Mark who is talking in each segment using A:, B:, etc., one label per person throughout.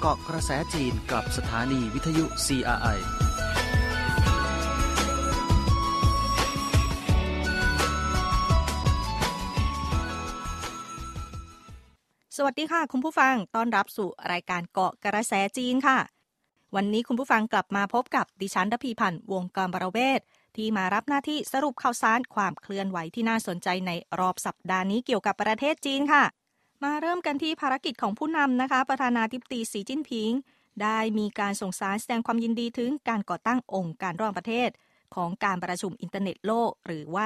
A: าะกระแสจีนกับสถานีวิทยุ CRI
B: สวัสดีค่ะคุณผู้ฟังต้อนรับสู่รายการเกาะกระแสจีนค่ะวันนี้คุณผู้ฟังกลับมาพบกับดิฉันดพีพันธ์วงกรบรเวศที่มารับหน้าที่สรุปข่าวสารความเคลื่อนไหวที่น่าสนใจในรอบสัปดาห์นี้เกี่ยวกับประเทศจีนค่ะมาเริ่มกันที่ภารกิจของผู้นำนะคะประธานาธิบดีสีจิ้นผิงได้มีการส่งสารแสดงความยินดีถึงการก่อตั้งองค์การระหว่างประเทศของการประชุมอินเทอร์เน็ตโลกหรือว่า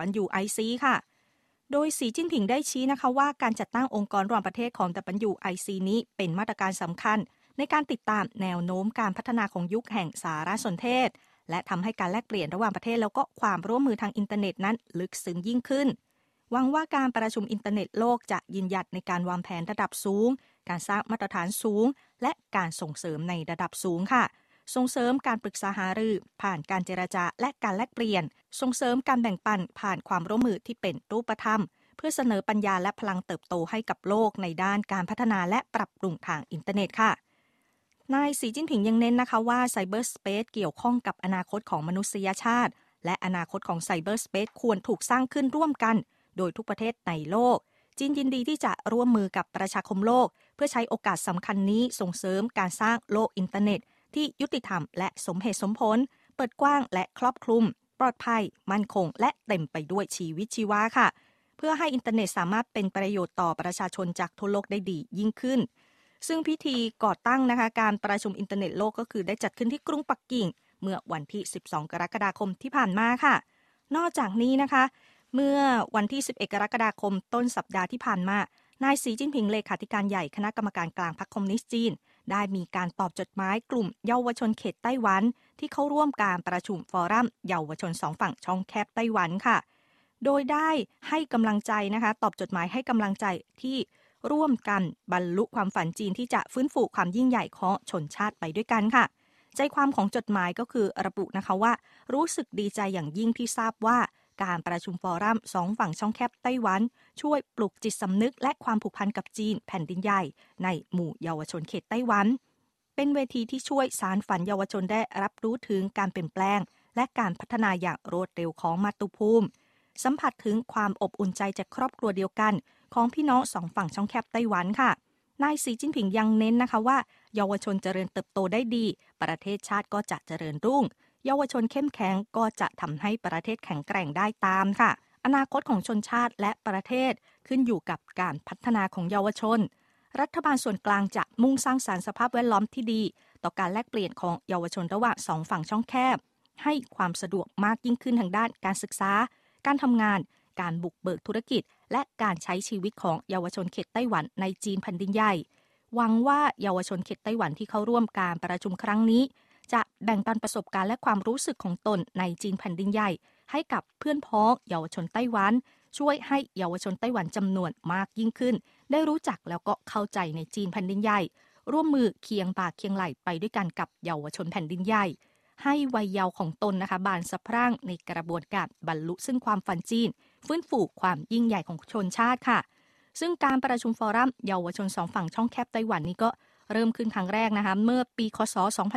B: WIC ค่ะโดยสีจิ้นผิงได้ชี้นะคะว่าการจัดตั้งองค์กรระหว่างประเทศของ WIC นี้เป็นมาตรการสำคัญในการติดตามแนวโน้มการพัฒนาของยุคแห่งสารสนเทศและทำให้การแลกเปลี่ยนระหว่างประเทศแล้วก็ความร่วมมือทางอินเทอร์เน็ตนั้นลึกซึ้งยิ่งขึ้นหวังว่าการประชุมอินเทอร์เน็ตโลกจะยืนหยัดในการวางแผนระดับสูงการสร้างมาตรฐานสูงและการส่งเสริมในระดับสูงค่ะส่งเสริมการปรึกษาหารือผ่านการเจรจาและการแลกเปลี่ยนส่งเสริมการแบ่งปันผ่านความร่วมมือที่เป็นรูปธรรมเพื่อเสนอปัญญาและพลังเติบโตให้กับโลกในด้านการพัฒนาและปรับปรุงทางอินเทอร์เน็ตค่ะนายสีจิ้นผิงยังเน้นนะคะว่าไซเบอร์สเปซเกี่ยวข้องกับอนาคตของมนุษยชาติและอนาคตของไซเบอร์สเปซควรถูกสร้างขึ้นร่วมกันโดยทุกประเทศในโลกจีนยินดีที่จะร่วมมือกับประชาคมโลกเพื่อใช้โอกาสสำคัญนี้ส่งเสริมการสร้างโลกอินเทอร์เน็ตที่ยุติธรรมและสมเหตุสมผลเปิดกว้างและครอบคลุมปลอดภัยมั่นคงและเต็มไปด้วยชีวิตชีวาค่ะเพื่อให้อินเทอร์เน็ตสามารถเป็นประโยชน์ต่อประชาชนจากทั่วโลกได้ดียิ่งขึ้นซึ่งพิธีก่อตั้งนะคะการประชุมอินเทอร์เน็ตโลกก็คือได้จัดขึ้นที่กรุงปักกิ่งเมื่อวันที่12กรกฎาคมที่ผ่านมาค่ะนอกจากนี้นะคะเมื่อวันที่11กรกฎาคมต้นสัปดาห์ที่ผ่านมานายสีจิ้นผิงเลขาธิการใหญ่คณะกรรมการกลางพรรคคอมมิวนิสต์จีนได้มีการตอบจดหมายกลุ่มเยาวชนเขตไต้หวันที่เข้าร่วมการประชุมฟอรัมเยาวชน2ฝั่งช่องแคบไต้หวันค่ะโดยได้ให้กำลังใจนะคะตอบจดหมายให้กำลังใจที่ร่วมกันบรรลุความฝันจีนที่จะฟื้นฟูความยิ่งใหญ่ของชนชาติไปด้วยกันค่ะใจความของจดหมายก็คือระบุนะคะว่ารู้สึกดีใจอย่างยิ่งที่ทราบว่าการประชุมฟอรัม2ฝั่งช่องแคบไต้หวันช่วยปลุกจิตสำนึกและความผูกพันกับจีนแผ่นดินใหญ่ในหมู่เยาวชนเขตไต้หวันเป็นเวทีที่ช่วยสานฝันเยาวชนได้รับรู้ถึงการเปลี่ยนแปลงและการพัฒนาอย่างรวดเร็วของมาตุภูมิสัมผัสถึงความอบอุ่นใจจากครอบครัวเดียวกันของพี่น้องสองฝั่งช่องแคบไต้หวันค่ะนายสีจิ้นผิงยังเน้นนะคะว่าเยาวชนเจริญเติบโตได้ดีประเทศชาติก็จะเจริญรุ่งเยาวชนเข้มแข็งก็จะทำให้ประเทศแข็งแกร่งได้ตามค่ะอนาคตของชนชาติและประเทศขึ้นอยู่กับการพัฒนาของเยาวชนรัฐบาลส่วนกลางจะมุ่งสร้างสรรค์สภาพแวดล้อมที่ดีต่อการแลกเปลี่ยนของเยาวชนระหว่างสองฝั่งช่องแคบให้ความสะดวกมากยิ่งขึ้นทางด้านการศึกษาการทำงานการบุกเบิกธุรกิจและการใช้ชีวิตของเยาวชนเขตไต้หวันในจีนแผ่นดินใหญ่หวังว่าเยาวชนเขตไต้หวันที่เข้าร่วมการประชุมครั้งนี้จะแบ่งปันประสบการณ์และความรู้สึกของตนในจีนแผ่นดินใหญ่ให้กับเพื่อนพ้องเยาวชนไต้หวันช่วยให้เยาวชนไต้หวันจำนวนมากยิ่งขึ้นได้รู้จักแล้วก็เข้าใจในจีนแผ่นดินใหญ่ร่วมมือเคียงบ่าเคียงไหล่ไปด้วยกันกับเยาวชนแผ่นดินใหญ่ให้วัยเยาว์ของตนนะคะบานสะพรั่งในกระบวนการบรรลุซึ่งความฝันจีนฟื้นฟูความยิ่งใหญ่ของชนชาติค่ะซึ่งการประชุมฟอรัมเยาวชน2ฝั่งช่องแคบไต้หวันนี้ก็เริ่มขึ้นครั้งแรกนะคะเมื่อปีคศ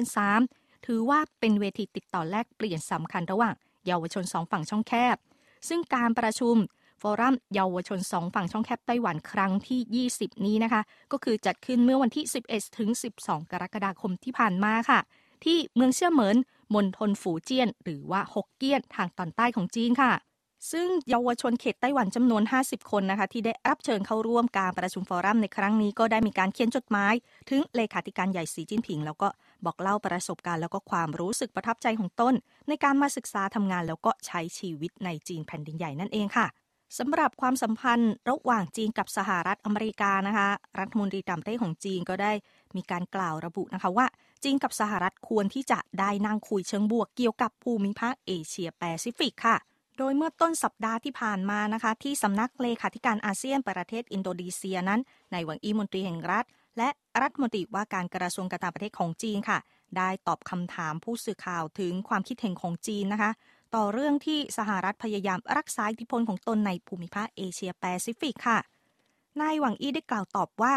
B: 2003ถือว่าเป็นเวทีติดต่อแลกเปลี่ยนสำคัญระหว่างเยาวชน2ฝั่งช่องแคบซึ่งการประชุมฟอรัมเยาวชน2ฝั่งช่องแคบไต้หวันครั้งที่20นี้นะคะก็คือจัดขึ้นเมื่อวันที่11ถึง12กรกฎาคมที่ผ่านมาค่ะที่เมืองเซี่ยเหมินมณฑลฝูเจี้ยนหรือว่าฮกเกี้ยนทางตอนใต้ของจีนค่ะซึ่งเยาวชนเขตไต้หวันจำนวน50คนนะคะที่ได้รับเชิญเข้าร่วมการประชุมฟอรัมในครั้งนี้ก็ได้มีการเขียนจดหมายถึงเลขาธิการใหญ่สีจิ้นผิงแล้วก็บอกเล่าประสบการณ์แล้วก็ความรู้สึกประทับใจของตนในการมาศึกษาทำงานแล้วก็ใช้ชีวิตในจีนแผ่นดินใหญ่นั่นเองค่ะสำหรับความสัมพันธ์ระหว่างจีนกับสหรัฐอเมริกานะคะรัฐมนตรีต่างประเทศของจีนก็ได้มีการกล่าวระบุนะคะว่าจีนกับสหรัฐควรที่จะได้นั่งคุยเชิงบวกเกี่ยวกับภูมิภาคเอเชียแปซิฟิกค่ะโดยเมื่อต้นสัปดาห์ที่ผ่านมานะคะที่สำนักเลขาธิการอาเซียนประเทศอินโดนีเซียนั้นนายหวังอี้มนตรีแห่งรัฐและรัฐมนตรีว่าการกระทรวงการต่างประเทศของจีนค่ะได้ตอบคำถามผู้สื่อข่าวถึงความคิดเห็นของจีนนะคะต่อเรื่องที่สหรัฐพยายามรักษาอิทธิพลของตนในภูมิภาคเอเชียแปซิฟิกค่ะนายหวังอี้ได้กล่าวตอบว่า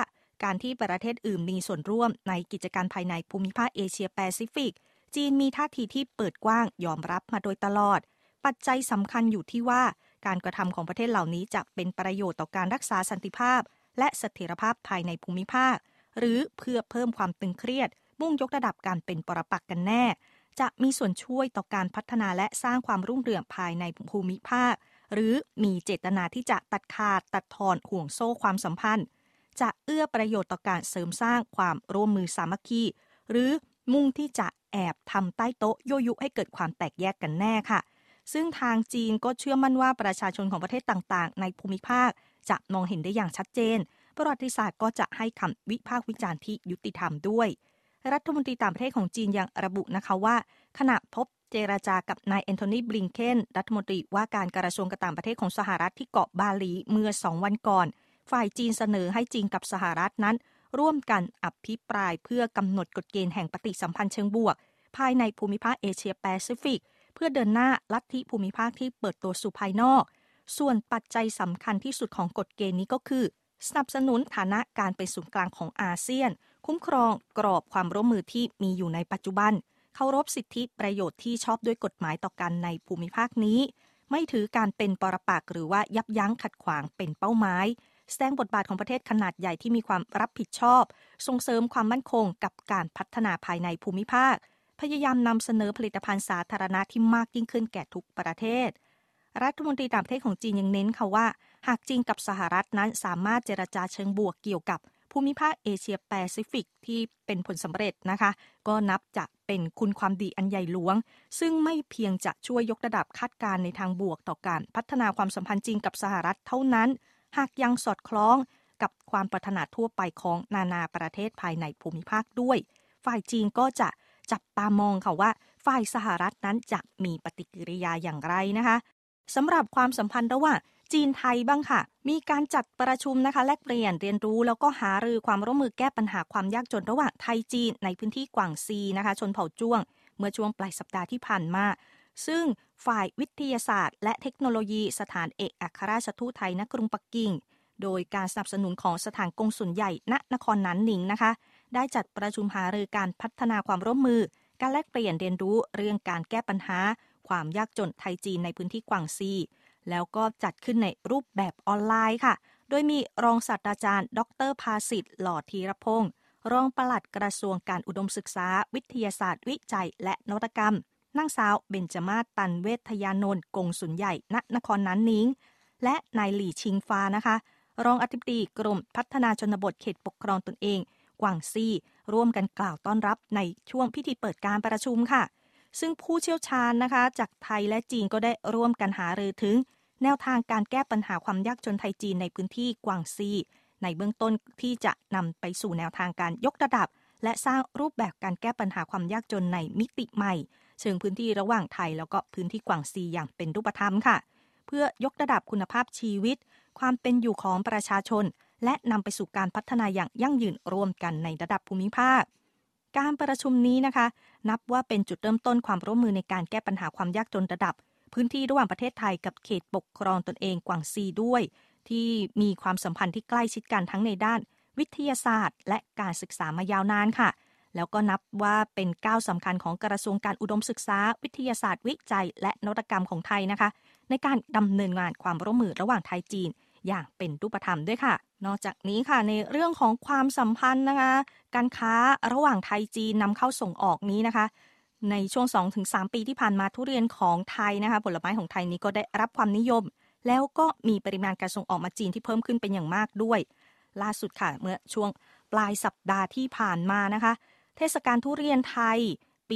B: การที่ประเทศอื่นมีส่วนร่วมในกิจการภายในภูมิภาคเอเชียแปซิฟิกจีนมีท่าทีที่เปิดกว้างยอมรับมาโดยตลอดปัจจัยสำคัญอยู่ที่ว่าการกระทำของประเทศเหล่านี้จะเป็นประโยชน์ต่อการรักษาสันติภาพและเสถียรภาพภายในภูมิภาคหรือเพื่อเพิ่มความตึงเครียดมุ่งยกระดับการเป็นปรปักษ์กันแน่จะมีส่วนช่วยต่อการพัฒนาและสร้างความรุ่งเรืองภายในภูมิภาคหรือมีเจตนาที่จะตัดขาดตัดทอนห่วงโซ่ความสัมพันธ์จะเอื้อประโยชน์ต่อการเสริมสร้างความร่วมมือสามัคคีหรือมุ่งที่จะแอบทำใต้โต๊ะยั่วยุให้เกิดความแตกแยกกันแน่ค่ะซึ่งทางจีนก็เชื่อมั่นว่าประชาชนของประเทศต่างๆในภูมิภาคจะมองเห็นได้อย่างชัดเจนประวัติศาสตร์ก็จะให้คำวิพากษ์วิจารณ์ที่ยุติธรรมด้วยรัฐมนตรีต่างประเทศของจีนยังระบุนะคะว่าขณะพบเจรจากับนายแอนโทนีบลิงเคนรัฐมนตรีว่าการกระทรวงต่างประเทศของสหรัฐที่เกาะบาหลีเมื่อ2 วันก่อนฝ่ายจีนเสนอให้จีนกับสหรัฐนั้นร่วมกันอภิปรายเพื่อกำหนดกฎเกณฑ์แห่งปฏิสัมพันธ์เชิงบวกภายในภูมิภาคเอเชียแปซิฟิกเพื่อเดินหน้าลัทธิภูมิภาคที่เปิดตัวสู่ภายนอกส่วนปัจจัยสำคัญที่สุดของกฎเกณฑ์นี้ก็คือสนับสนุนฐานะการเป็นศูนย์กลางของอาเซียนคุ้มครองกรอบความร่วมมือที่มีอยู่ในปัจจุบันเคารพสิทธิประโยชน์ที่ชอบด้วยกฎหมายต่อกันในภูมิภาคนี้ไม่ถือการเป็นปรปักษ์หรือว่ายับยั้งขัดขวางเป็นเป้าหมายแสดงบทบาทของประเทศขนาดใหญ่ที่มีความรับผิดชอบส่งเสริมความมั่นคงกับการพัฒนาภายในภูมิภาคพยายามนำเสนอผลิตภัณฑ์สาธารณะที่มากยิ่งขึ้นแก่ทุกประเทศรัฐมนตรีต่างประเทศของจีนยังเน้นค่ะว่าหากจีนกับสหรัฐนั้นสามารถเจรจาเชิงบวกเกี่ยวกับภูมิภาคเอเชียแปซิฟิกที่เป็นผลสำเร็จนะคะก็นับจะเป็นคุณความดีอันใหญ่หลวงซึ่งไม่เพียงจะช่วยยกระดับคาดการณ์ในทางบวกต่อการพัฒนาความสัมพันธ์จีนกับสหรัฐเท่านั้นหากยังสอดคล้องกับความปรารถนาทั่วไปของนานาประเทศภายในภูมิภาคด้วยฝ่ายจีนก็จะจับตามองค่ะว่าฝ่ายสหรัฐนั้นจะมีปฏิกิริยาอย่างไรนะคะสำหรับความสัมพันธ์ระหว่างจีนไทยบ้างค่ะมีการจัดประชุมนะคะแลกเปลี่ยนเรียนรู้แล้วก็หารือความร่วมมือแก้ปัญหาความยากจนระหว่างไทยจีนในพื้นที่กวางซีนะคะชนเผ่าจ้วงเมื่อช่วงปลายสัปดาห์ที่ผ่านมาซึ่งฝ่ายวิทยาศาสตร์และเทคโนโลยีสถานเอกอัครราชทูตไทยณกรุงปักกิ่งโดยการสนับสนุนของสถานกงสุลใหญ่ณนครหนานหนิงนะคะได้จัดประชุมหารือการพัฒนาความร่วมมือการแลกเปลี่ยนเรียนรู้เรื่องการแก้ปัญหาความยากจนไทยจีนในพื้นที่กวางซีแล้วก็จัดขึ้นในรูปแบบออนไลน์ค่ะโดยมีรองศาสตราจารย์ดร.ภาสิทธิ์หล่อธีรพงศ์รองปลัดกระทรวงการอุดมศึกษาวิทยาศาสตร์วิจัยและนวัตกรรมนางสาวเบญจมาศตันเวทยานนท์กงสุลใหญ่ณนครหนานหนิงและนายหลี่ชิงฟ้านะคะรองอธิบดีกรมพัฒนาชนบทเขตปกครองตนเองกวางซีร่วมกันกล่าวต้อนรับในช่วงพิธีเปิดการประชุมค่ะซึ่งผู้เชี่ยวชาญนะคะจากไทยและจีนก็ได้ร่วมกันหารือถึงแนวทางการแก้ปัญหาความยากจนไทยจีนในพื้นที่กวางซีในเบื้องต้นที่จะนำไปสู่แนวทางการยกระดับและสร้างรูปแบบการแก้ปัญหาความยากจนในมิติใหม่เชิงพื้นที่ระหว่างไทยแล้วก็พื้นที่กวางซีอย่างเป็นรูปธรรมค่ะเพื่อยกระดับคุณภาพชีวิตความเป็นอยู่ของประชาชนและนำไปสู่การพัฒนาอย่างยั่งยืนร่วมกันในระดับภูมิภาคการประชุมนี้นะคะนับว่าเป็นจุดเริ่มต้นความร่วมมือในการแก้ปัญหาความยากจนระดับพื้นที่ระหว่างประเทศไทยกับเขตปกครองตนเองกวางซีด้วยที่มีความสัมพันธ์ที่ใกล้ชิดกันทั้งในด้านวิทยาศาสตร์และการศึกษามายาวนานค่ะแล้วก็นับว่าเป็นก้าวสำคัญของกระทรวงการอุดมศึกษาวิทยาศาสตร์วิจัยและนวัตกรรมของไทยนะคะในการดำเนินงานความร่วมมือระหว่างไทยจีนอย่างเป็นรูปธรรมด้วยค่ะนอกจากนี้ค่ะในเรื่องของความสัมพันธ์นะคะการค้าระหว่างไทยจีนนำเข้าส่งออกนี้นะคะในช่วง 2-3 ปีที่ผ่านมาทุเรียนของไทยนะคะผลไม้ของไทยนี้ก็ได้รับความนิยมแล้วก็มีปริมาณการส่งออกมาจีนที่เพิ่มขึ้นเป็นอย่างมากด้วยล่าสุดค่ะเมื่อช่วงปลายสัปดาห์ที่ผ่านมานะคะเทศกาลทุเรียนไทยปี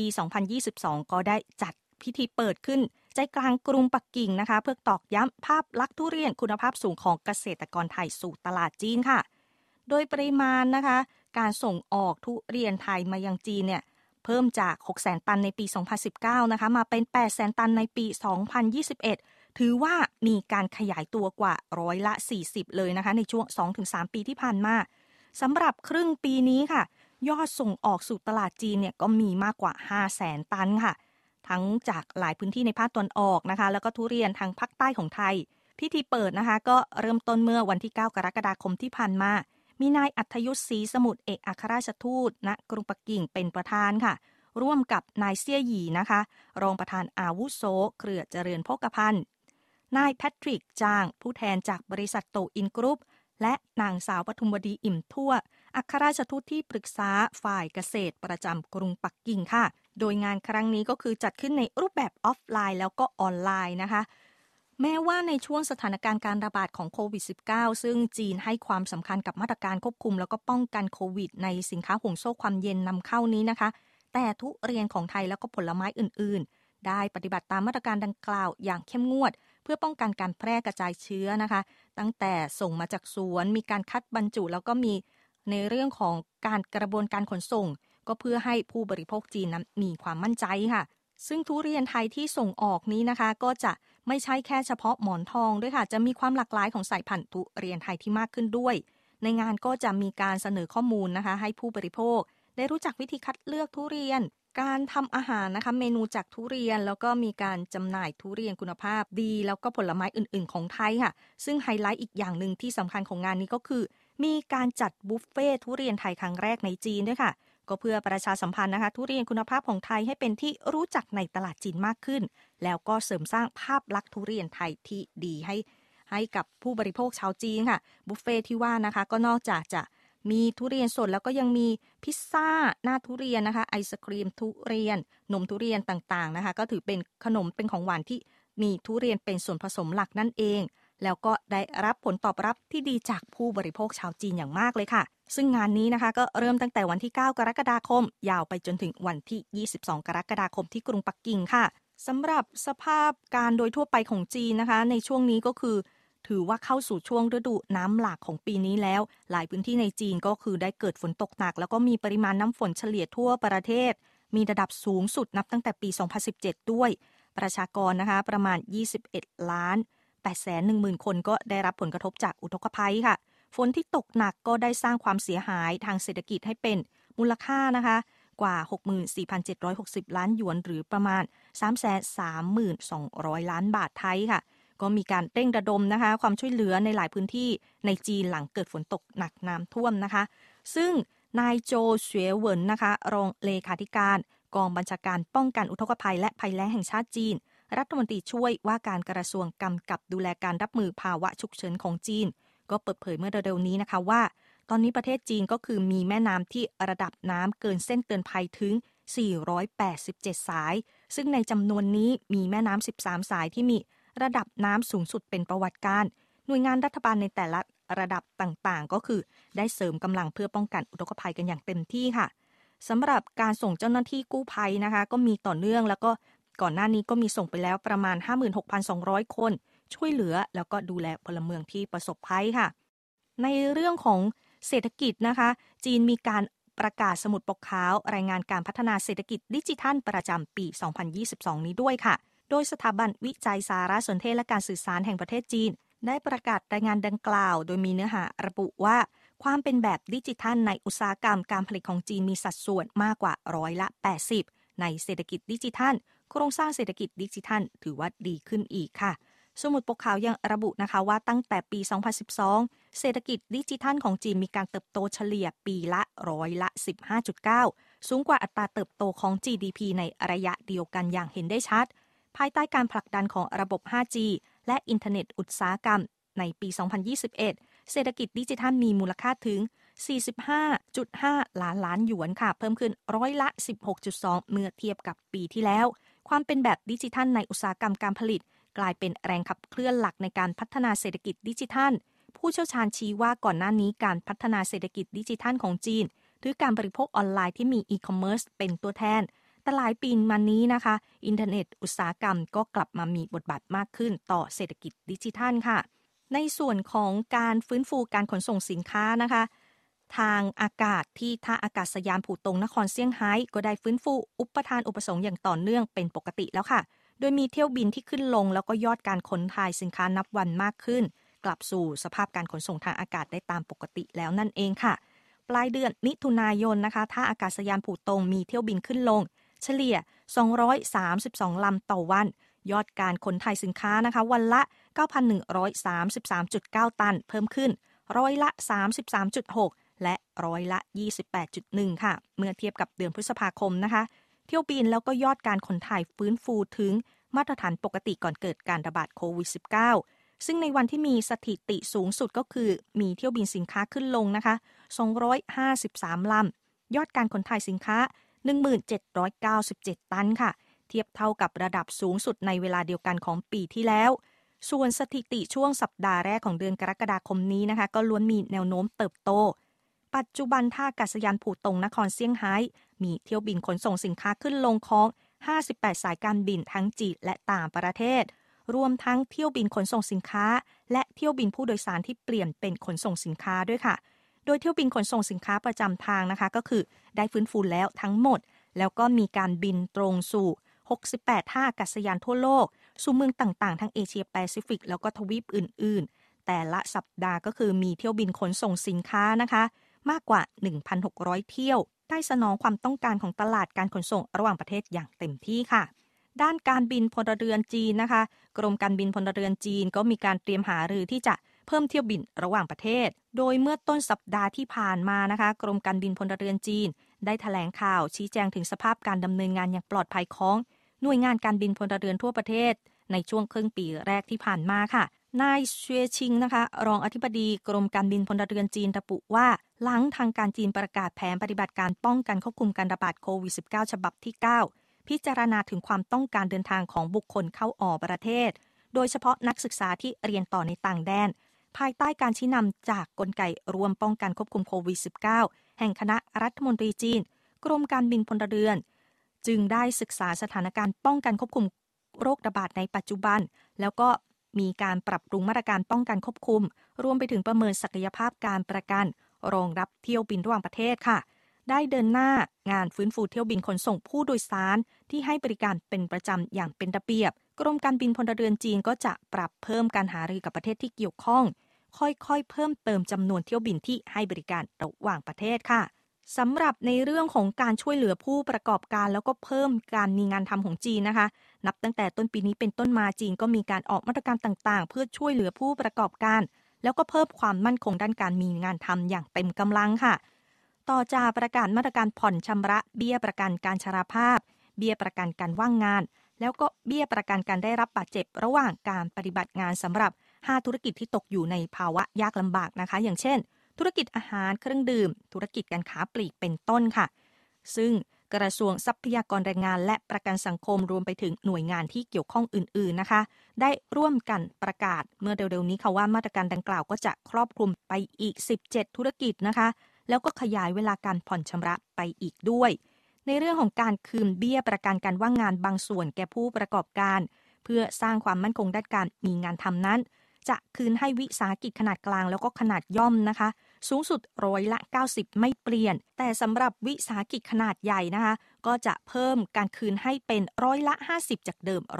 B: 2022 ก็ได้จัดพิธีเปิดขึ้นใจกลางกรุงปักกิ่งนะคะเพื่อตอกย้ำภาพลักษณ์ทุเรียนคุณภาพสูงของเกษตรกรไทยสู่ตลาดจีนค่ะโดยปริมาณนะคะการส่งออกทุเรียนไทยมายังจีนเนี่ยเพิ่มจาก 600,000 ตันในปี 2019 นะคะมาเป็น 800,000 ตันในปี 2021 ถือว่ามีการขยายตัวกว่า40%เลยนะคะในช่วง 2-3 ปีที่ผ่านมาสำหรับครึ่งปีนี้ค่ะยอดส่งออกสู่ตลาดจีนเนี่ยก็มีมากกว่า 500,000 ตันค่ะทั้งจากหลายพื้นที่ในภาคตะวันออกนะคะแล้วก็ทุเรียนทางภาคใต้ของไทยพิธีเปิดนะคะก็เริ่มต้นเมื่อวันที่ 9 กรกฎาคมที่ผ่านมามีนายอัธยุทธศรีสมุทรเอกอัครราชทูตณกรุงปักกิ่งเป็นประธานค่ะร่วมกับนายเซี่ยหยีนะคะรองประธานอาวุโสเครือเจริญโภคภัณฑ์นายแพทริกจางผู้แทนจากบริษัทโตอินกรุ๊ปและนางสาวปทุมวดีอิ่มทั่วอัครราชทูตที่ปรึกษาฝ่ายเกษตรประจำกรุงปักกิ่งค่ะโดยงานครั้งนี้ก็คือจัดขึ้นในรูปแบบออฟไลน์แล้วก็ออนไลน์นะคะแม้ว่าในช่วงสถานการณ์การระบาดของโควิด -19 ซึ่งจีนให้ความสำคัญกับมาตรการควบคุมแล้วก็ป้องกันโควิดในสินค้าห่วงโซ่ความเย็นนำเข้านี้นะคะแต่ทุเรียนของไทยแล้วก็ผลไม้อื่นๆได้ปฏิบัติตามมาตรการดังกล่าวอย่างเข้มงวดเพื่อป้องกันการแพร่กระจายเชื้อนะคะตั้งแต่ส่งมาจากสวนมีการคัดบรรจุแล้วก็มีในเรื่องของการกระบวนการขนส่งก็เพื่อให้ผู้บริโภคจีนนั้นมีความมั่นใจค่ะซึ่งทุเรียนไทยที่ส่งออกนี้นะคะก็จะไม่ใช่แค่เฉพาะหมอนทองด้วยค่ะจะมีความหลากหลายของสายพันธุ์ทุเรียนไทยที่มากขึ้นด้วยในงานก็จะมีการเสนอข้อมูลนะคะให้ผู้บริโภคได้รู้จักวิธีคัดเลือกทุเรียนการทำอาหารนะคะเมนูจากทุเรียนแล้วก็มีการจำหน่ายทุเรียนคุณภาพดีแล้วก็ผลไม้อื่นๆของไทยค่ะซึ่งไฮไลท์อีกอย่างหนึ่งที่สำคัญของงานนี้ก็คือมีการจัดบุฟเฟ่ทุเรียนไทยครั้งแรกในจีนด้วยค่ะก็เพื่อประชาสัมพันธ์นะคะทุเรียนคุณภาพของไทยให้เป็นที่รู้จักในตลาดจีนมากขึ้นแล้วก็เสริมสร้างภาพลักษณ์ทุเรียนไทยที่ดีให้กับผู้บริโภคชาวจีนค่ะบุฟเฟ่ที่ว่านะคะก็นอกจากจะมีทุเรียนสดแล้วก็ยังมีพิซซ่าหน้าทุเรียนนะคะไอศกรีมทุเรียนนมทุเรียนต่างๆนะคะก็ถือเป็นขนมเป็นของหวานที่มีทุเรียนเป็นส่วนผสมหลักนั่นเองแล้วก็ได้รับผลตอบรับที่ดีจากผู้บริโภคชาวจีนอย่างมากเลยค่ะซึ่งงานนี้นะคะก็เริ่มตั้งแต่วันที่9กรกฎาคมยาวไปจนถึงวันที่22กรกฎาคมที่กรุงปักกิ่งค่ะสำหรับสภาพการโดยทั่วไปของจีนนะคะในช่วงนี้ก็คือถือว่าเข้าสู่ช่วงฤดูน้ำหลากของปีนี้แล้วหลายพื้นที่ในจีนก็คือได้เกิดฝนตกหนักแล้วก็มีปริมาณน้ำฝนเฉลี่ยทั่วประเทศมีระดับสูงสุดนับตั้งแต่ปี 2017 ด้วยประชากรนะคะประมาณ21,810,000 คนก็ได้รับผลกระทบจากอุทกภัยค่ะฝนที่ตกหนักก็ได้สร้างความเสียหายทางเศรษฐกิจให้เป็นมูลค่านะคะกว่า 64,760 ล้านหยวนหรือประมาณ 332,000 ล้านบาทไทยค่ะก็มีการเร่งระดมนะคะความช่วยเหลือในหลายพื้นที่ในจีนหลังเกิดฝนตกหนักน้ำท่วมนะคะซึ่งนายโจเสวยเหวินนะคะรองเลขาธิการกองบัญชาการป้องกันอุทกภัยและภัยแล้งแห่งชาติจีนรัฐมนตรีช่วยว่าการกระทรวงกำกับดูแลการรับมือภาวะฉุกเฉินของจีนก็เปิดเผยเมื่อเร็วๆนี้นะคะว่าตอนนี้ประเทศจีนก็คือมีแม่น้ำที่ระดับน้ำเกินเส้นเตือนภัยถึง487สายซึ่งในจำนวนนี้มีแม่น้ำ13สายที่มีระดับน้ำสูงสุดเป็นประวัติการหน่วยงานรัฐบาลในแต่ละระดับต่างๆก็คือได้เสริมกำลังเพื่อป้องกันอุทกภัยกันอย่างเต็มที่ค่ะสำหรับการส่งเจ้าหน้าที่กู้ภัยนะคะก็มีต่อเนื่องแล้วก็ก่อนหน้านี้ก็มีส่งไปแล้วประมาณ 56,200 คนช่วยเหลือแล้วก็ดูแลพลเมืองที่ประสบภัยค่ะในเรื่องของเศรษฐกิจนะคะจีนมีการประกาศสมุดปกขาวรายงานการพัฒนาเศรษฐกิจดิจิทัลประจำปี 2022 นี้ด้วยค่ะโดยสถาบันวิจัยสารสนเทศและการสื่อสารแห่งประเทศจีนได้ประกาศรายงานดังกล่าวโดยมีเนื้อหาระบุว่าความเป็นแบบดิจิทัลในอุตสาหกรรมการผลิตของจีนมีสัดส่วนมากกว่า80%ในเศรษฐกิจดิจิทัลโครงสร้างเศรษฐกิจดิจิทัลถือว่าดีขึ้นอีกค่ะสมุดปกขาวยังระบุนะคะว่าตั้งแต่ปี 2012 เศรษฐกิจดิจิทัลของจีนมีการเติบโตเฉลี่ยปีละ15.9 สูงกว่าอัตราเติบโตของ GDP ในระยะเดียวกันอย่างเห็นได้ชัดภายใต้การผลักดันของระบบ 5G และอินเทอร์เน็ตอุตสาหกรรมในปี 2021 เศรษฐกิจดิจิทัลมีมูลค่าถึง 45.5 ล้านหยวนค่ะเพิ่มขึ้นร้อยละ 16.2 เมื่อเทียบกับปีที่แล้วความเป็นแบบดิจิทัลในอุตสาหกรรมการผลิตกลายเป็นแรงขับเคลื่อนหลักในการพัฒนาเศรษฐกิจดิจิทัลผู้เชี่ยวชาญชี้ว่าก่อนหน้านี้การพัฒนาเศรษฐกิจดิจิทัลของจีนหรือการบริโภคออนไลน์ที่มีอีคอมเมิร์ซเป็นตัวแทนแต่หลายปีมานี้นะคะอินเทอร์เน็ตอุตสาหกรรมก็กลับมามีบทบาทมากขึ้นต่อเศรษฐกิจดิจิทัลค่ะในส่วนของการฟื้นฟูการขนส่งสินค้านะคะทางอากาศที่ท่าอากาศยานผู่ตงนครเซี่ยงไฮ้ก็ได้ฟื้นฟูอุปทานอุปสงค์อย่างต่อเนื่องเป็นปกติแล้วค่ะโดยมีเที่ยวบินที่ขึ้นลงแล้วก็ยอดการขนถ่ายสินค้านับวันมากขึ้นกลับสู่สภาพการขนส่งทางอากาศได้ตามปกติแล้วนั่นเองค่ะปลายเดือนมิถุนายนนะคะท่าอากาศยานผู่ตงมีเที่ยวบินขึ้นลงเฉลี่ย232ลำต่อวันยอดการขนถ่ายสินค้านะคะวันละ 9,133.9 ตันเพิ่มขึ้นร้อยละ 33.6 และร้อยละ 28.1 ค่ะเมื่อเทียบกับเดือนพฤษภาคมนะคะเที่ยวบินแล้วก็ยอดการขนถ่ายฟื้นฟูถึงมาตรฐานปกติก่อนเกิดการระบาดโควิด -19 ซึ่งในวันที่มีสถิติสูงสุดก็คือมีเที่ยวบินสินค้าขึ้นลงนะคะ253 ลำยอดการขนถ่ายสินค้า 1797 ตันค่ะเทียบเท่ากับระดับสูงสุดในเวลาเดียวกันของปีที่แล้วส่วนสถิติช่วงสัปดาห์แรกของเดือนกรกฎาคมนี้นะคะก็ล้วนมีแนวโน้มเติบโตปัจจุบันท่าอากาศยานผู่ตงนครเซี่ยงไฮ้มีเที่ยวบินขนส่งสินค้าขึ้นลงของ58 สายการบินทั้งจีนและต่างประเทศรวมทั้งเที่ยวบินขนส่งสินค้าและเที่ยวบินผู้โดยสารที่เปลี่ยนเป็นขนส่งสินค้าด้วยค่ะโดยเที่ยวบินขนส่งสินค้าประจำทางนะคะก็คือได้ฟื้นฟูแล้วทั้งหมดแล้วก็มีการบินตรงสู่68 ท่าอากาศยานทั่วโลกสู่เมืองต่างๆทั้งเอเชียแปซิฟิกแล้วก็ทวีปอื่นๆแต่ละสัปดาห์ก็คือมีเที่ยวบินขนส่งสินค้านะคะมากกว่า 1,600 เที่ยวได้สนองความต้องการของตลาดการขนส่งระหว่างประเทศอย่างเต็มที่ค่ะด้านการบินพลเรือนจีนนะคะกรมการบินพลเรือนจีนก็มีการเตรียมหารือที่จะเพิ่มเที่ยวบินระหว่างประเทศโดยเมื่อต้นสัปดาห์ที่ผ่านมานะคะกรมการบินพลเรือนจีนได้แถลงข่าวชี้แจงถึงสภาพการดำเนินงานอย่างปลอดภัยของหน่วยงานการบินพลเรือนทั่วประเทศในช่วงครึ่งปีแรกที่ผ่านมาค่ะนายเชวียชิงนะคะรองอธิบดีกรมการบินพลเรือนจีนระบุว่าหลังทางการจีนประกาศแผนปฏิบัติการป้องกันควบคุมการระบาดโควิด -19 ฉบับที่ 9 พิจารณาถึงความต้องการเดินทางของบุคคลเข้าออกประเทศโดยเฉพาะนักศึกษาที่เรียนต่อในต่างแดนภายใต้การชี้นำจากกลไกรวมป้องกันควบคุมโควิด -19 แห่งคณะรัฐมนตรีจีนกรมการบินพลเรือนจึงได้ศึกษาสถานการณ์ป้องกันควบคุมโรคระบาดในปัจจุบันแล้วก็มีการปรับปรุงมาตรการป้องกันควบคุมรวมไปถึงประเมินศักยภาพการประกันรองรับเที่ยวบินระหว่างประเทศค่ะได้เดินหน้างานฟื้นฟูเที่ยวบินขนส่งผู้โดยสารที่ให้บริการเป็นประจำอย่างเป็นระเบียบกรมการบินพลเรือนจีนก็จะปรับเพิ่มการหารือกับประเทศที่เกี่ยวข้องค่อยๆเพิ่มเติมจำนวนเที่ยวบินที่ให้บริการระหว่างประเทศค่ะสำหรับในเรื่องของการช่วยเหลือผู้ประกอบการแล้วก็เพิ่มการมีงานทำของจีนนะคะนับตั้งแต่ต้นปีนี้เป็นต้นมาจีนก็มีการออกมาตรการต่างๆเพื่อช่วยเหลือผู้ประกอบการแล้วก็เพิ่มความมั่นคงด้านการมีงานทำอย่างเต็มกำลังค่ะต่อจากประกาศมาตรการผ่อนชำระเบี้ยประกันการชราภาพเบี้ยประกันการว่างงานแล้วก็เบี้ยประกันการได้รับบาดเจ็บระหว่างการปฏิบัติงานสำหรับ5ธุรกิจที่ตกอยู่ในภาวะยากลำบากนะคะอย่างเช่นธุรกิจอาหารเครื่องดื่มธุรกิจการค้าปลีกเป็นต้นค่ะซึ่งกระทรวงทรัพยากรแรงงานและประกันสังคมรวมไปถึงหน่วยงานที่เกี่ยวข้องอื่นๆนะคะได้ร่วมกันประกาศเมื่อเร็วๆนี้ค่ะว่ามาตรการดังกล่าวก็จะครอบคลุมไปอีก17ธุรกิจนะคะแล้วก็ขยายเวลาการผ่อนชำระไปอีกด้วยในเรื่องของการคืนเบี้ยประกันการว่างงานบางส่วนแก่ผู้ประกอบการเพื่อสร้างความมั่นคงด้านการมีงานทำนั้นจะคืนให้วิสาหกิจขนาดกลางแล้วก็ขนาดย่อมนะคะสูงสุด90%ไม่เปลี่ยนแต่สำหรับวิสาหกิจขนาดใหญ่นะคะก็จะเพิ่มการคืนให้เป็น50%จากเดิม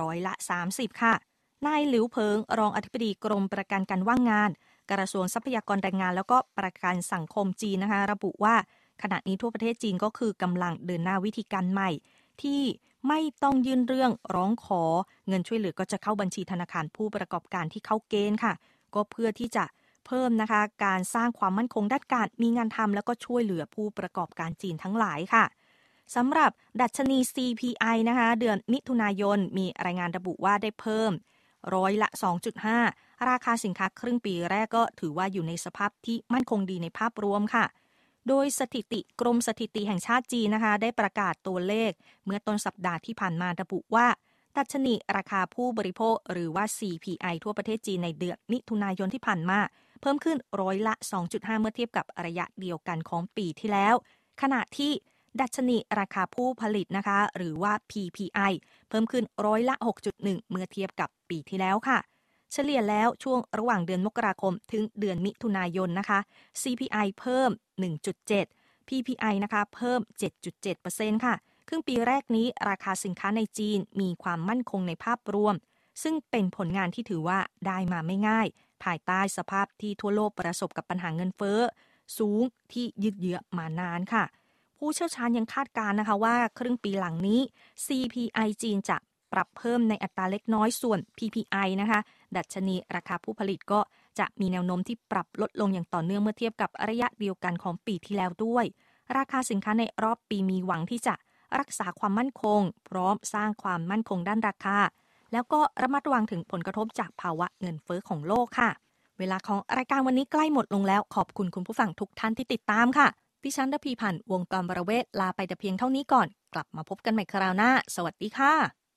B: 30%ค่ะนายหลิวเพิงรองอธิบดีกรมประกันการว่างงานกระทรวงทรัพยากรแรงงานแล้วก็ประกันสังคมจีนนะคะระบุว่าขณะนี้ทั่วประเทศจีนก็คือกำลังเดินหน้าวิธีการใหม่ที่ไม่ต้องยื่นเรื่องร้องขอเงินช่วยเหลือก็จะเข้าบัญชีธนาคารผู้ประกอบการที่เข้าเกณฑ์ค่ะก็เพื่อที่จะเพิ่มนะคะการสร้างความมั่นคงด้านการมีงานทำแล้วก็ช่วยเหลือผู้ประกอบการจีนทั้งหลายค่ะสำหรับดัชนี CPI นะคะเดือนมิถุนายนมีรายงานระบุว่าได้เพิ่ม2.5%ราคาสินค้าครึ่งปีแรกก็ถือว่าอยู่ในสภาพที่มั่นคงดีในภาพรวมค่ะโดยสถิติกรมสถิติแห่งชาติจีนนะคะได้ประกาศตัวเลขเมื่อต้นสัปดาห์ที่ผ่านมาระบุว่าดัชนีราคาผู้บริโภคหรือว่า CPI ทั่วประเทศจีนในเดือนมิถุนายนที่ผ่านมาเพิ่มขึ้น2.5%เมื่อเทียบกับระยะเดียวกันของปีที่แล้วขณะที่ดัชนีราคาผู้ผลิตนะคะหรือว่า PPI เพิ่มขึ้น6.1%เมื่อเทียบกับปีที่แล้วค่ะเฉลี่ยแล้วช่วงระหว่างเดือนมกราคมถึงเดือนมิถุนายนนะคะ CPI เพิ่ม 1.7 PPI นะคะเพิ่ม 7.7% ค่ะครึ่งปีแรกนี้ราคาสินค้าในจีนมีความมั่นคงในภาพรวมซึ่งเป็นผลงานที่ถือว่าได้มาไม่ง่ายภายใต้สภาพที่ทั่วโลกประสบกับปัญหาเงินเฟ้อสูงที่ยืดเยื้อมานานค่ะผู้เชี่ยวชาญยังคาดการณ์นะคะว่าครึ่งปีหลังนี้ CPI จีนจะปรับเพิ่มในอัตราเล็กน้อยส่วน PPI นะคะดัชนีราคาผู้ผลิตก็จะมีแนวโน้มที่ปรับลดลงอย่างต่อเนื่องเมื่อเทียบกับระยะเดียวกันของปีที่แล้วด้วยราคาสินค้าในรอบปีมีหวังที่จะรักษาความมั่นคงพร้อมสร้างความมั่นคงด้านราคาแล้วก็ระมัดระวังถึงผลกระทบจากภาวะเงินเฟ้อของโลกค่ะเวลาของรายการวันนี้ใกล้หมดลงแล้วขอบคุณคุณผู้ฟังทุกท่านที่ติดตามค่ะดิฉันระพีพันธ์วงศ์กรบรเวศลาไปแต่เพียงเท่านี้ก่อนกลับมาพบกันใหม่คราวหน้าสวัสดีค่ะ